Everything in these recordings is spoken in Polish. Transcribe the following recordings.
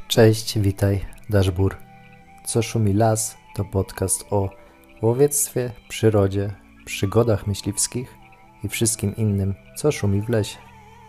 Cześć, witaj, Dashbur. Co szumi las to podcast o łowiectwie, przyrodzie, przygodach myśliwskich i wszystkim innym, co szumi w lesie.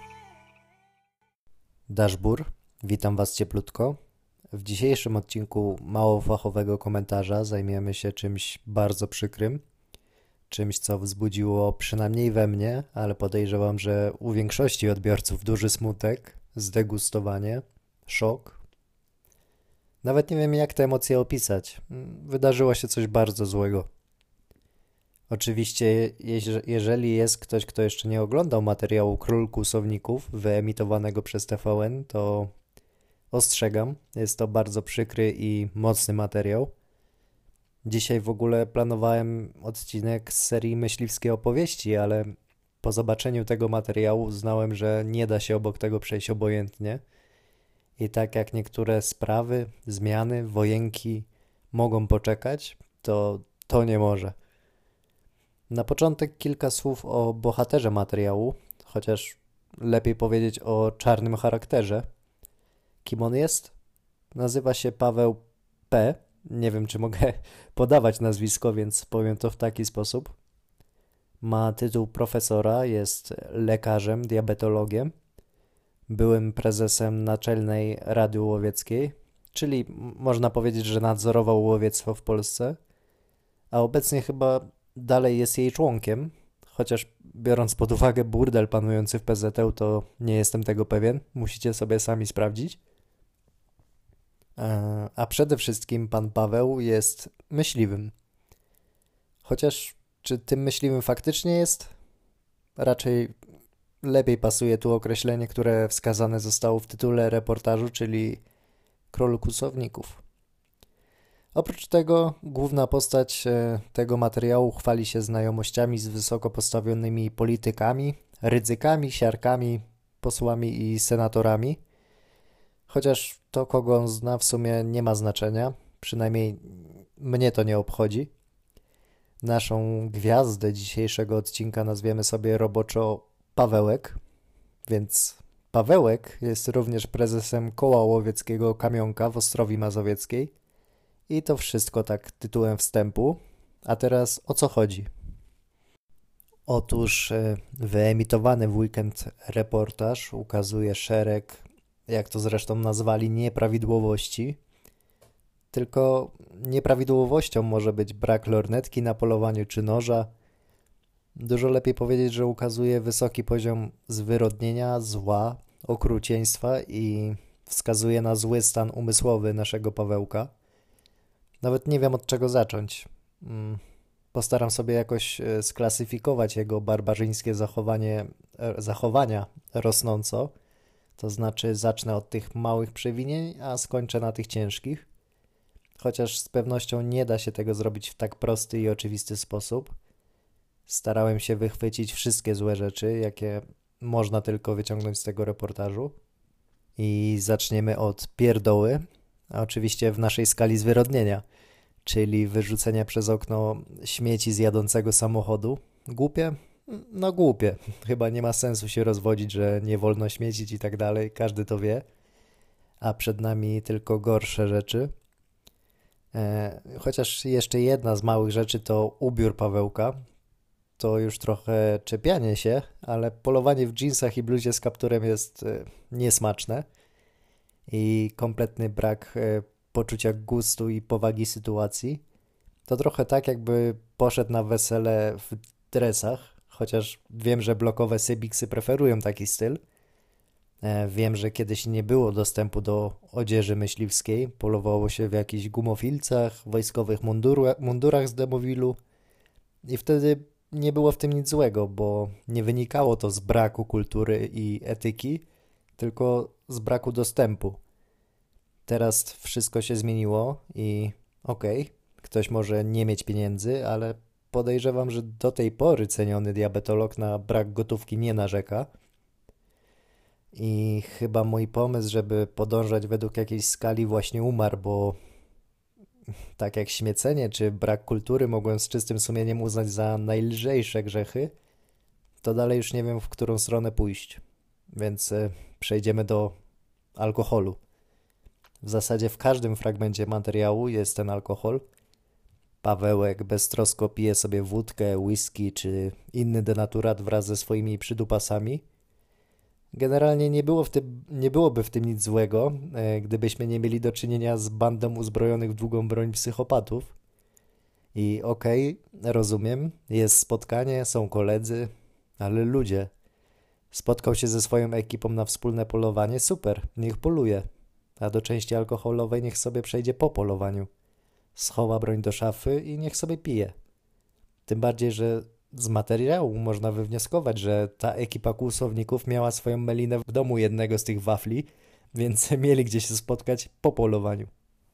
Dashbur, witam Was cieplutko. W dzisiejszym odcinku mało fachowego komentarza zajmiemy się czymś bardzo przykrym, czymś, co wzbudziło przynajmniej we mnie, ale podejrzewam, że u większości odbiorców duży smutek, zdegustowanie, szok. Nawet nie wiem, jak te emocje opisać. Wydarzyło się coś bardzo złego. Oczywiście, jeżeli jest ktoś, kto jeszcze nie oglądał materiału Król Kłusowników wyemitowanego przez TVN, to ostrzegam, jest to bardzo przykry i mocny materiał. Dzisiaj w ogóle planowałem odcinek z serii Myśliwskie opowieści, ale po zobaczeniu tego materiału uznałem, że nie da się obok tego przejść obojętnie. I tak jak niektóre sprawy, zmiany, wojenki mogą poczekać, to nie może. Na początek kilka słów o bohaterze materiału, chociaż lepiej powiedzieć o czarnym charakterze. Kim on jest? Nazywa się Paweł P. Nie wiem, czy mogę podawać nazwisko, więc powiem to w taki sposób. Ma tytuł profesora, jest lekarzem, diabetologiem. Byłym prezesem Naczelnej Rady Łowieckiej, czyli można powiedzieć, że nadzorował łowiectwo w Polsce, a obecnie chyba dalej jest jej członkiem, chociaż biorąc pod uwagę burdel panujący w PZŁ, to nie jestem tego pewien, musicie sobie sami sprawdzić. A przede wszystkim pan Paweł jest myśliwym. Chociaż czy tym myśliwym faktycznie jest? Raczej lepiej pasuje tu określenie, które wskazane zostało w tytule reportażu, czyli Król Kłusowników. Oprócz tego główna postać tego materiału chwali się znajomościami z wysoko postawionymi politykami, rydzykami, siarkami, posłami i senatorami. Chociaż to, kogo on zna, w sumie nie ma znaczenia, przynajmniej mnie to nie obchodzi. Naszą gwiazdę dzisiejszego odcinka nazwiemy sobie roboczo Pawełek, więc Pawełek jest również prezesem Koła Łowieckiego Kamionka w Ostrowi Mazowieckiej. I to wszystko tak tytułem wstępu. A teraz o co chodzi? Otóż wyemitowany w weekend reportaż ukazuje szereg, jak to zresztą nazwali, nieprawidłowości. Tylko nieprawidłowością może być brak lornetki na polowaniu czy noża. Dużo lepiej powiedzieć, że ukazuje wysoki poziom zwyrodnienia, zła, okrucieństwa i wskazuje na zły stan umysłowy naszego Pawełka. Nawet nie wiem, od czego zacząć. Postaram sobie jakoś sklasyfikować jego barbarzyńskie zachowania rosnąco. To znaczy zacznę od tych małych przewinień, a skończę na tych ciężkich. Chociaż z pewnością nie da się tego zrobić w tak prosty i oczywisty sposób. Starałem się wychwycić wszystkie złe rzeczy, jakie można tylko wyciągnąć z tego reportażu. I zaczniemy od pierdoły, a oczywiście w naszej skali zwyrodnienia, czyli wyrzucenia przez okno śmieci z jadącego samochodu. Głupie? No głupie. Chyba nie ma sensu się rozwodzić, że nie wolno śmiecić i tak dalej, każdy to wie. A przed nami tylko gorsze rzeczy. Chociaż jeszcze jedna z małych rzeczy to ubiór Pawełka. To już trochę czepianie się, ale polowanie w dżinsach i bluzie z kapturem jest niesmaczne i kompletny brak poczucia gustu i powagi sytuacji. To trochę tak, jakby poszedł na wesele w dresach, chociaż wiem, że blokowe sybiksy preferują taki styl. Wiem, że kiedyś nie było dostępu do odzieży myśliwskiej, polowało się w jakichś gumofilcach, wojskowych mundurach z demowilu i wtedy nie było w tym nic złego, bo nie wynikało to z braku kultury i etyki, tylko z braku dostępu. Teraz wszystko się zmieniło i okej, ktoś może nie mieć pieniędzy, ale podejrzewam, że do tej pory ceniony diabetolog na brak gotówki nie narzeka. I chyba mój pomysł, żeby podążać według jakiejś skali właśnie umarł, bo tak jak śmiecenie czy brak kultury mogłem z czystym sumieniem uznać za najlżejsze grzechy, to dalej już nie wiem, w którą stronę pójść. Więc przejdziemy do alkoholu. W zasadzie w każdym fragmencie materiału jest ten alkohol. Pawełek beztrosko pije sobie wódkę, whisky czy inny denaturat wraz ze swoimi przydupasami. Generalnie nie byłoby w tym nic złego, gdybyśmy nie mieli do czynienia z bandą uzbrojonych w długą broń psychopatów. I okej, rozumiem, jest spotkanie, są koledzy, ale ludzie. Spotkał się ze swoją ekipą na wspólne polowanie, super, niech poluje. A do części alkoholowej niech sobie przejdzie po polowaniu. Schowa broń do szafy i niech sobie pije. Tym bardziej, że z materiału można wywnioskować, że ta ekipa kłusowników miała swoją melinę w domu jednego z tych wafli, więc mieli gdzie się spotkać po polowaniu.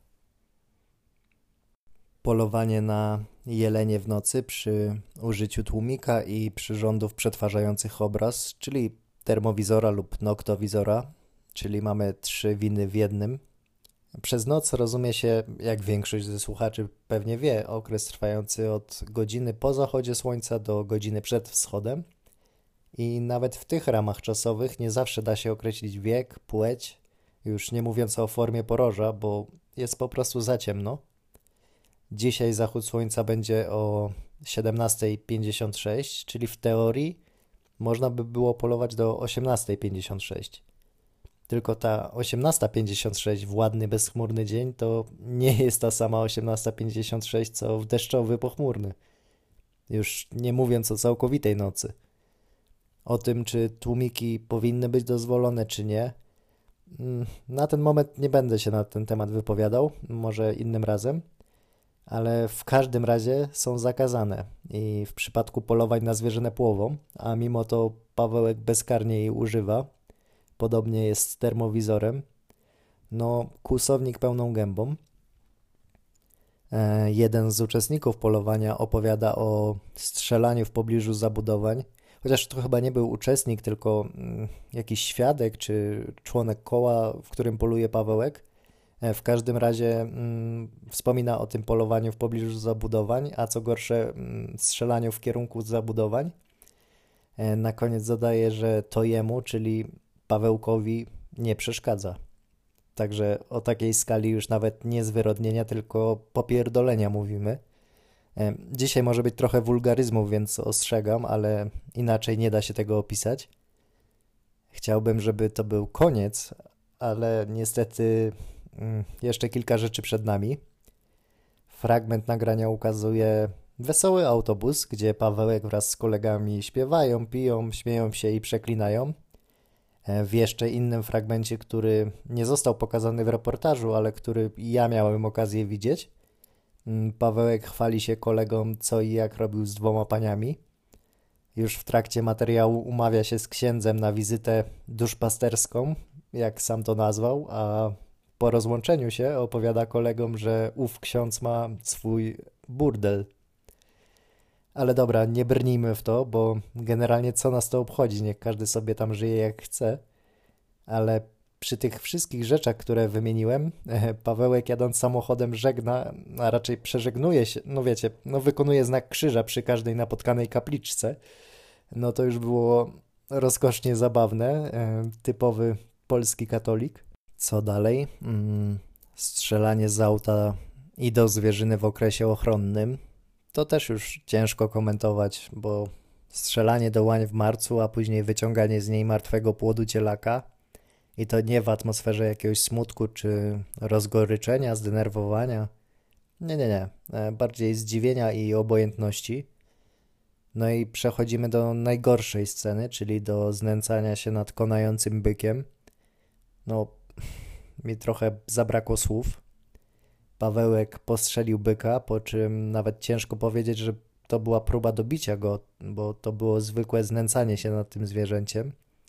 Polowanie na jelenie w nocy przy użyciu tłumika i przyrządów przetwarzających obraz, czyli termowizora lub noktowizora, czyli mamy 3 winy w jednym. Przez noc rozumie się, jak większość ze słuchaczy pewnie wie, okres trwający od godziny po zachodzie słońca do godziny przed wschodem. I nawet w tych ramach czasowych nie zawsze da się określić wiek, płeć, już nie mówiąc o formie poroża, bo jest po prostu za ciemno. Dzisiaj zachód słońca będzie o 17:56, czyli w teorii można by było polować do 18:56. Tylko ta 18:56 w ładny, bezchmurny dzień to nie jest ta sama 18:56 co w deszczowy, pochmurny. Już nie mówiąc o całkowitej nocy. O tym, czy tłumiki powinny być dozwolone, czy nie, na ten moment nie będę się na ten temat wypowiadał, może innym razem, ale w każdym razie są zakazane i w przypadku polowań na zwierzynę płową, a mimo to Pawełek bezkarnie jej używa, podobnie jest z termowizorem, no kłusownik pełną gębą. Jeden z uczestników polowania opowiada o strzelaniu w pobliżu zabudowań, chociaż to chyba nie był uczestnik, tylko jakiś świadek czy członek koła, w którym poluje Pawełek. W każdym razie wspomina o tym polowaniu w pobliżu zabudowań, a co gorsze strzelaniu w kierunku zabudowań. Na koniec dodaje, że to jemu, czyli Pawełkowi, nie przeszkadza. Także o takiej skali już nawet nie zwyrodnienia, tylko popierdolenia mówimy. Dzisiaj może być trochę wulgaryzmów, więc ostrzegam, ale inaczej nie da się tego opisać. Chciałbym, żeby to był koniec, ale niestety jeszcze kilka rzeczy przed nami. Fragment nagrania ukazuje wesoły autobus, gdzie Pawełek wraz z kolegami śpiewają, piją, śmieją się i przeklinają. W jeszcze innym fragmencie, który nie został pokazany w reportażu, ale który ja miałem okazję widzieć, Pawełek chwali się kolegom, co i jak robił z 2 paniami. Już w trakcie materiału umawia się z księdzem na wizytę duszpasterską, jak sam to nazwał, a po rozłączeniu się opowiada kolegom, że ów ksiądz ma swój burdel. Ale dobra, nie brnijmy w to, bo generalnie co nas to obchodzi, niech każdy sobie tam żyje jak chce. Ale przy tych wszystkich rzeczach, które wymieniłem, Pawełek jadąc samochodem żegna, a raczej przeżegnuje się, no wiecie, no wykonuje znak krzyża przy każdej napotkanej kapliczce. No to już było rozkosznie zabawne, typowy polski katolik. Co dalej? Strzelanie z auta i do zwierzyny w okresie ochronnym. To też już ciężko komentować, bo strzelanie do łań w marcu, a później wyciąganie z niej martwego płodu cielaka i to nie w atmosferze jakiegoś smutku czy rozgoryczenia, zdenerwowania. Nie. Bardziej zdziwienia i obojętności. No i przechodzimy do najgorszej sceny, czyli do znęcania się nad konającym bykiem. No, mi trochę zabrakło słów. Pawełek postrzelił byka, po czym nawet ciężko powiedzieć, że to była próba dobicia go, bo to było zwykłe znęcanie się nad tym zwierzęciem.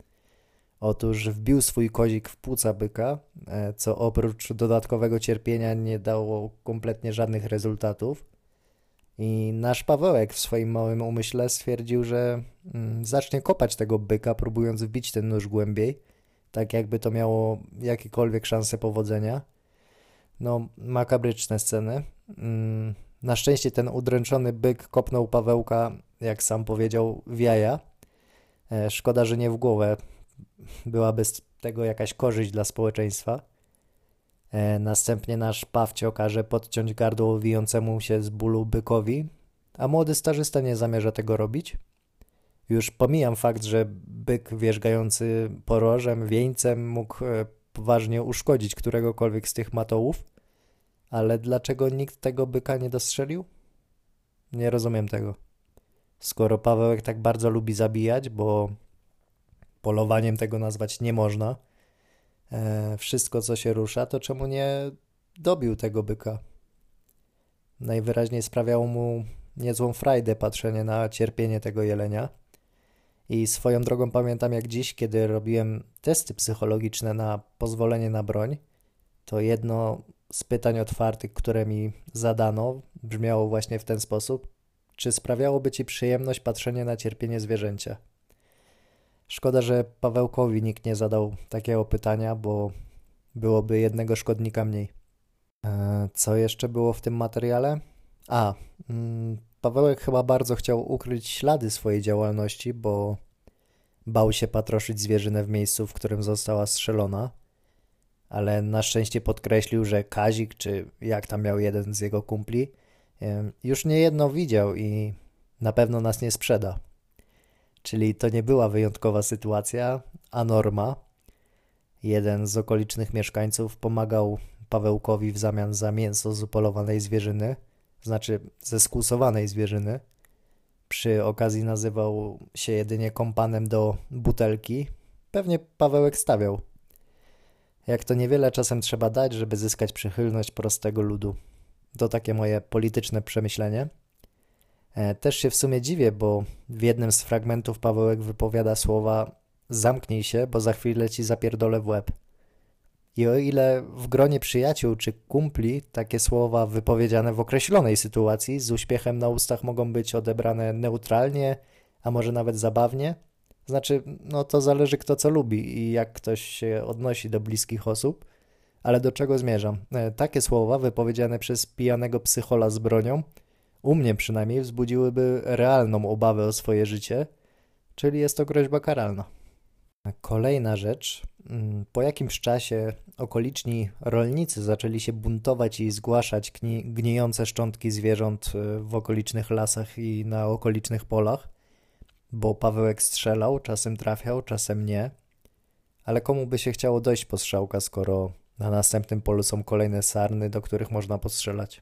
Otóż wbił swój kozik w płuca byka, co oprócz dodatkowego cierpienia nie dało kompletnie żadnych rezultatów. I nasz Pawełek w swoim małym umyśle stwierdził, że zacznie kopać tego byka, próbując wbić ten nóż głębiej, tak jakby to miało jakiekolwiek szanse powodzenia. No, makabryczne sceny. Na szczęście ten udręczony byk kopnął Pawełka, jak sam powiedział, w jaja. Szkoda, że nie w głowę. Byłaby z tego jakaś korzyść dla społeczeństwa. Następnie nasz Pawcio każe podciąć gardło wijącemu się z bólu bykowi, a młody starzysta nie zamierza tego robić. Już pomijam fakt, że byk wierzgający porożem, wieńcem mógł poważnie uszkodzić któregokolwiek z tych matołów, ale dlaczego nikt tego byka nie dostrzelił? Nie rozumiem tego. Skoro Pawełek tak bardzo lubi zabijać, bo polowaniem tego nazwać nie można, wszystko co się rusza, to czemu nie dobił tego byka? Najwyraźniej sprawiało mu niezłą frajdę patrzenie na cierpienie tego jelenia. I swoją drogą pamiętam jak dziś, kiedy robiłem testy psychologiczne na pozwolenie na broń, to jedno z pytań otwartych, które mi zadano, brzmiało właśnie w ten sposób: czy sprawiałoby ci przyjemność patrzenie na cierpienie zwierzęcia? Szkoda, że Pawełkowi nikt nie zadał takiego pytania, bo byłoby jednego szkodnika mniej. Co jeszcze było w tym materiale? Pawełek chyba bardzo chciał ukryć ślady swojej działalności, bo bał się patroszyć zwierzynę w miejscu, w którym została strzelona, ale na szczęście podkreślił, że Kazik, czy jak tam miał jeden z jego kumpli, już niejedno widział i na pewno nas nie sprzeda. Czyli to nie była wyjątkowa sytuacja, a norma. Jeden z okolicznych mieszkańców pomagał Pawełkowi w zamian za mięso z upolowanej zwierzyny, znaczy ze skłusowanej zwierzyny. Przy okazji nazywał się jedynie kompanem do butelki. Pewnie Pawełek stawiał. Jak to niewiele czasem trzeba dać, żeby zyskać przychylność prostego ludu. To takie moje polityczne przemyślenie. Też się w sumie dziwię, bo w jednym z fragmentów Pawełek wypowiada słowa: zamknij się, bo za chwilę ci zapierdolę w łeb. I o ile w gronie przyjaciół czy kumpli takie słowa wypowiedziane w określonej sytuacji z uśmiechem na ustach mogą być odebrane neutralnie, a może nawet zabawnie, znaczy, no to zależy kto co lubi i jak ktoś się odnosi do bliskich osób, ale do czego zmierzam? Takie słowa wypowiedziane przez pijanego psychola z bronią u mnie przynajmniej wzbudziłyby realną obawę o swoje życie, czyli jest to groźba karalna. Kolejna rzecz. Po jakimś czasie okoliczni rolnicy zaczęli się buntować i zgłaszać gnijące szczątki zwierząt w okolicznych lasach i na okolicznych polach, bo Pawełek strzelał, czasem trafiał, czasem nie. Ale komu by się chciało dojść po strzałka, skoro na następnym polu są kolejne sarny, do których można postrzelać?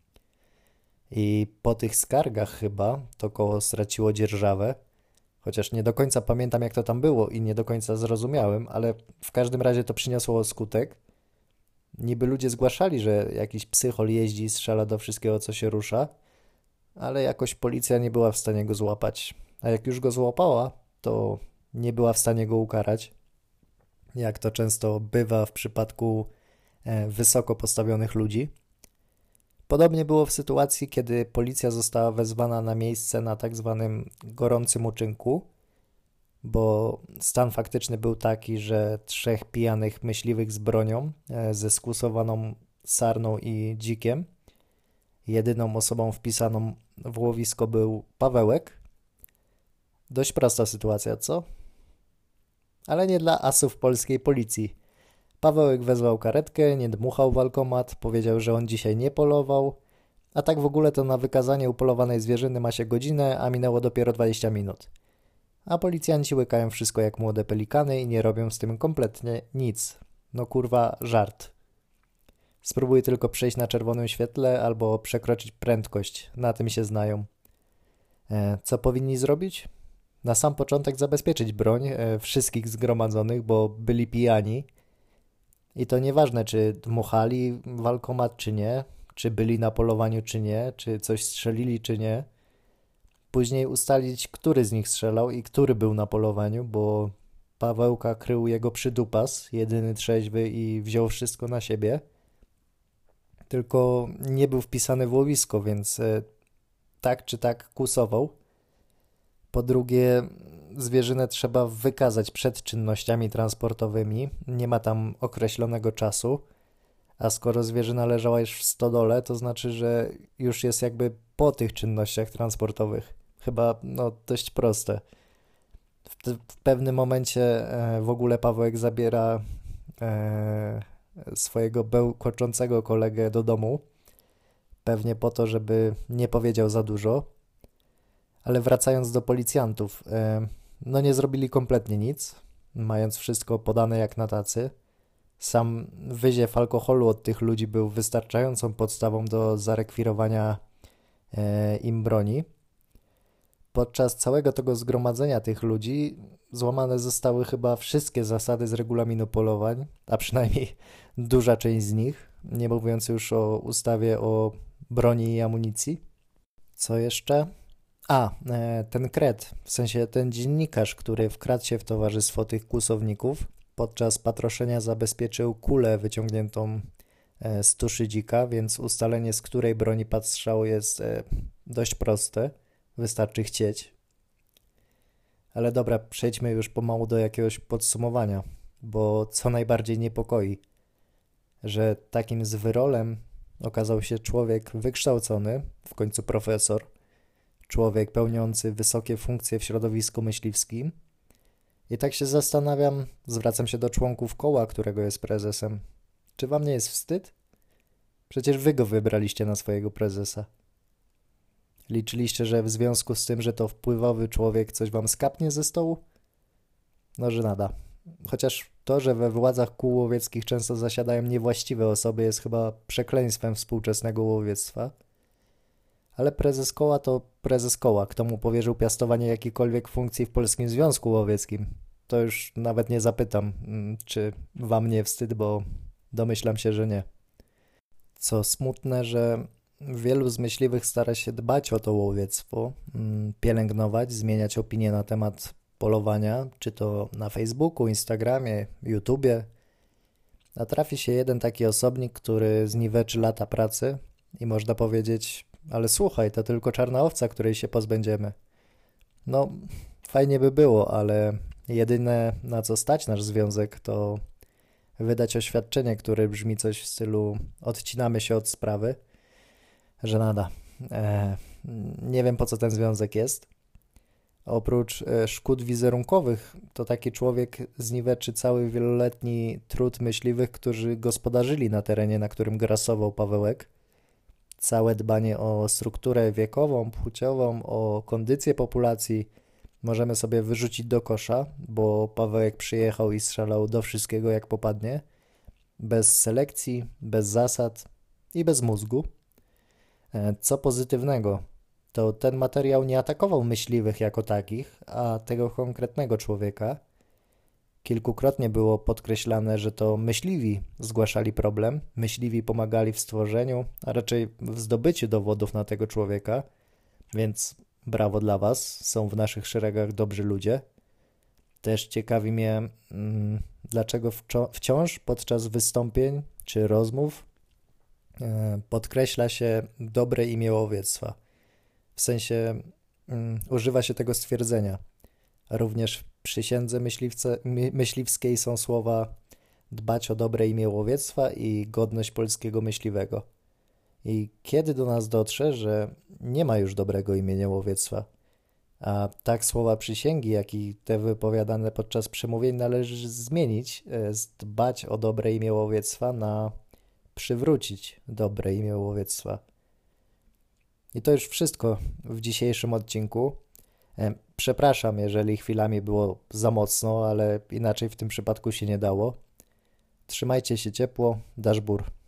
I po tych skargach chyba to koło straciło dzierżawę, chociaż nie do końca pamiętam jak to tam było i nie do końca zrozumiałem, ale w każdym razie to przyniosło skutek. Niby ludzie zgłaszali, że jakiś psychol jeździ i strzela do wszystkiego co się rusza, ale jakoś policja nie była w stanie go złapać. A jak już go złapała, to nie była w stanie go ukarać, jak to często bywa w przypadku wysoko postawionych ludzi. Podobnie było w sytuacji, kiedy policja została wezwana na miejsce na tak zwanym gorącym uczynku, bo stan faktyczny był taki, że 3 pijanych myśliwych z bronią, ze skłusowaną sarną i dzikiem. Jedyną osobą wpisaną w łowisko był Pawełek. Dość prosta sytuacja, co? Ale nie dla asów polskiej policji. Pawełek wezwał karetkę, nie dmuchał w alkomat, powiedział, że on dzisiaj nie polował, a tak w ogóle to na wykazanie upolowanej zwierzyny ma się godzinę, a minęło dopiero 20 minut. A policjanci łykają wszystko jak młode pelikany i nie robią z tym kompletnie nic. No kurwa, żart. Spróbuj tylko przejść na czerwonym świetle albo przekroczyć prędkość, na tym się znają. Co powinni zrobić? Na sam początek zabezpieczyć broń wszystkich zgromadzonych, bo byli pijani. I to nieważne, czy dmuchali w alkomat, czy nie, czy byli na polowaniu, czy nie, czy coś strzelili, czy nie. Później ustalić, który z nich strzelał i który był na polowaniu, bo Pawełka krył jego przydupas, jedyny trzeźwy i wziął wszystko na siebie. Tylko nie był wpisany w łowisko, więc tak czy tak kusował. Po drugie, zwierzynę trzeba wykazać przed czynnościami transportowymi. Nie ma tam określonego czasu. A skoro zwierzyna leżała już w stodole, to znaczy, że już jest jakby po tych czynnościach transportowych. Chyba dość proste. W pewnym momencie w ogóle Pawełek zabiera swojego bełkoczącego kolegę do domu, pewnie po to, żeby nie powiedział za dużo. Ale wracając do policjantów, no nie zrobili kompletnie nic, mając wszystko podane jak na tacy. Sam wyziew alkoholu od tych ludzi był wystarczającą podstawą do zarekwirowania im broni. Podczas całego tego zgromadzenia tych ludzi złamane zostały chyba wszystkie zasady z regulaminu polowań, a przynajmniej duża część z nich, nie mówiąc już o ustawie o broni i amunicji. Co jeszcze? Ten kret, w sensie ten dziennikarz, który wkradł się w towarzystwo tych kłusowników, podczas patroszenia zabezpieczył kulę wyciągniętą z tuszy dzika, więc ustalenie, z której broni padł strzał, jest dość proste. Wystarczy chcieć. Ale dobra, przejdźmy już pomału do jakiegoś podsumowania, bo co najbardziej niepokoi, że takim zwyrolem okazał się człowiek wykształcony, w końcu profesor, człowiek pełniący wysokie funkcje w środowisku myśliwskim. I tak się zastanawiam, zwracam się do członków koła, którego jest prezesem. Czy wam nie jest wstyd? Przecież wy go wybraliście na swojego prezesa. Liczyliście, że w związku z tym, że to wpływowy człowiek, coś wam skapnie ze stołu? No, że nada. Chociaż to, że we władzach kół łowieckich często zasiadają niewłaściwe osoby, jest chyba przekleństwem współczesnego łowiectwa. Ale prezes koła to prezes koła. Kto mu powierzył piastowanie jakiejkolwiek funkcji w Polskim Związku Łowieckim? To już nawet nie zapytam, czy wam nie wstyd, bo domyślam się, że nie. Co smutne, że wielu z myśliwych stara się dbać o to łowiectwo, pielęgnować, zmieniać opinie na temat polowania, czy to na Facebooku, Instagramie, YouTubie. A trafi się jeden taki osobnik, który zniweczy lata pracy i można powiedzieć: ale słuchaj, to tylko czarna owca, której się pozbędziemy. No, fajnie by było, ale jedyne, na co stać nasz związek, to wydać oświadczenie, które brzmi coś w stylu: odcinamy się od sprawy, że nada. Nie wiem, po co ten związek jest. Oprócz szkód wizerunkowych, to taki człowiek zniweczy cały wieloletni trud myśliwych, którzy gospodarzyli na terenie, na którym grasował Pawełek. Całe dbanie o strukturę wiekową, płciową, o kondycję populacji możemy sobie wyrzucić do kosza, bo Pawełek przyjechał i strzelał do wszystkiego jak popadnie, bez selekcji, bez zasad i bez mózgu. Co pozytywnego, to ten materiał nie atakował myśliwych jako takich, a tego konkretnego człowieka. Kilkukrotnie było podkreślane, że to myśliwi zgłaszali problem, myśliwi pomagali w stworzeniu, a raczej w zdobyciu dowodów na tego człowieka, więc brawo dla was, są w naszych szeregach dobrzy ludzie. Też ciekawi mnie, dlaczego wciąż podczas wystąpień czy rozmów podkreśla się dobre imię łowiectwa. W sensie używa się tego stwierdzenia. Również w przysiędze myśliwskiej są słowa: dbać o dobre imię łowiectwa i godność polskiego myśliwego. I kiedy do nas dotrze, że nie ma już dobrego imienia łowiectwa, a tak słowa przysięgi, jak i te wypowiadane podczas przemówień należy zmienić z dbać o dobre imię łowiectwa na przywrócić dobre imię łowiectwa. I to już wszystko w dzisiejszym odcinku. Przepraszam, jeżeli chwilami było za mocno, ale inaczej w tym przypadku się nie dało. Trzymajcie się ciepło, Dashbur.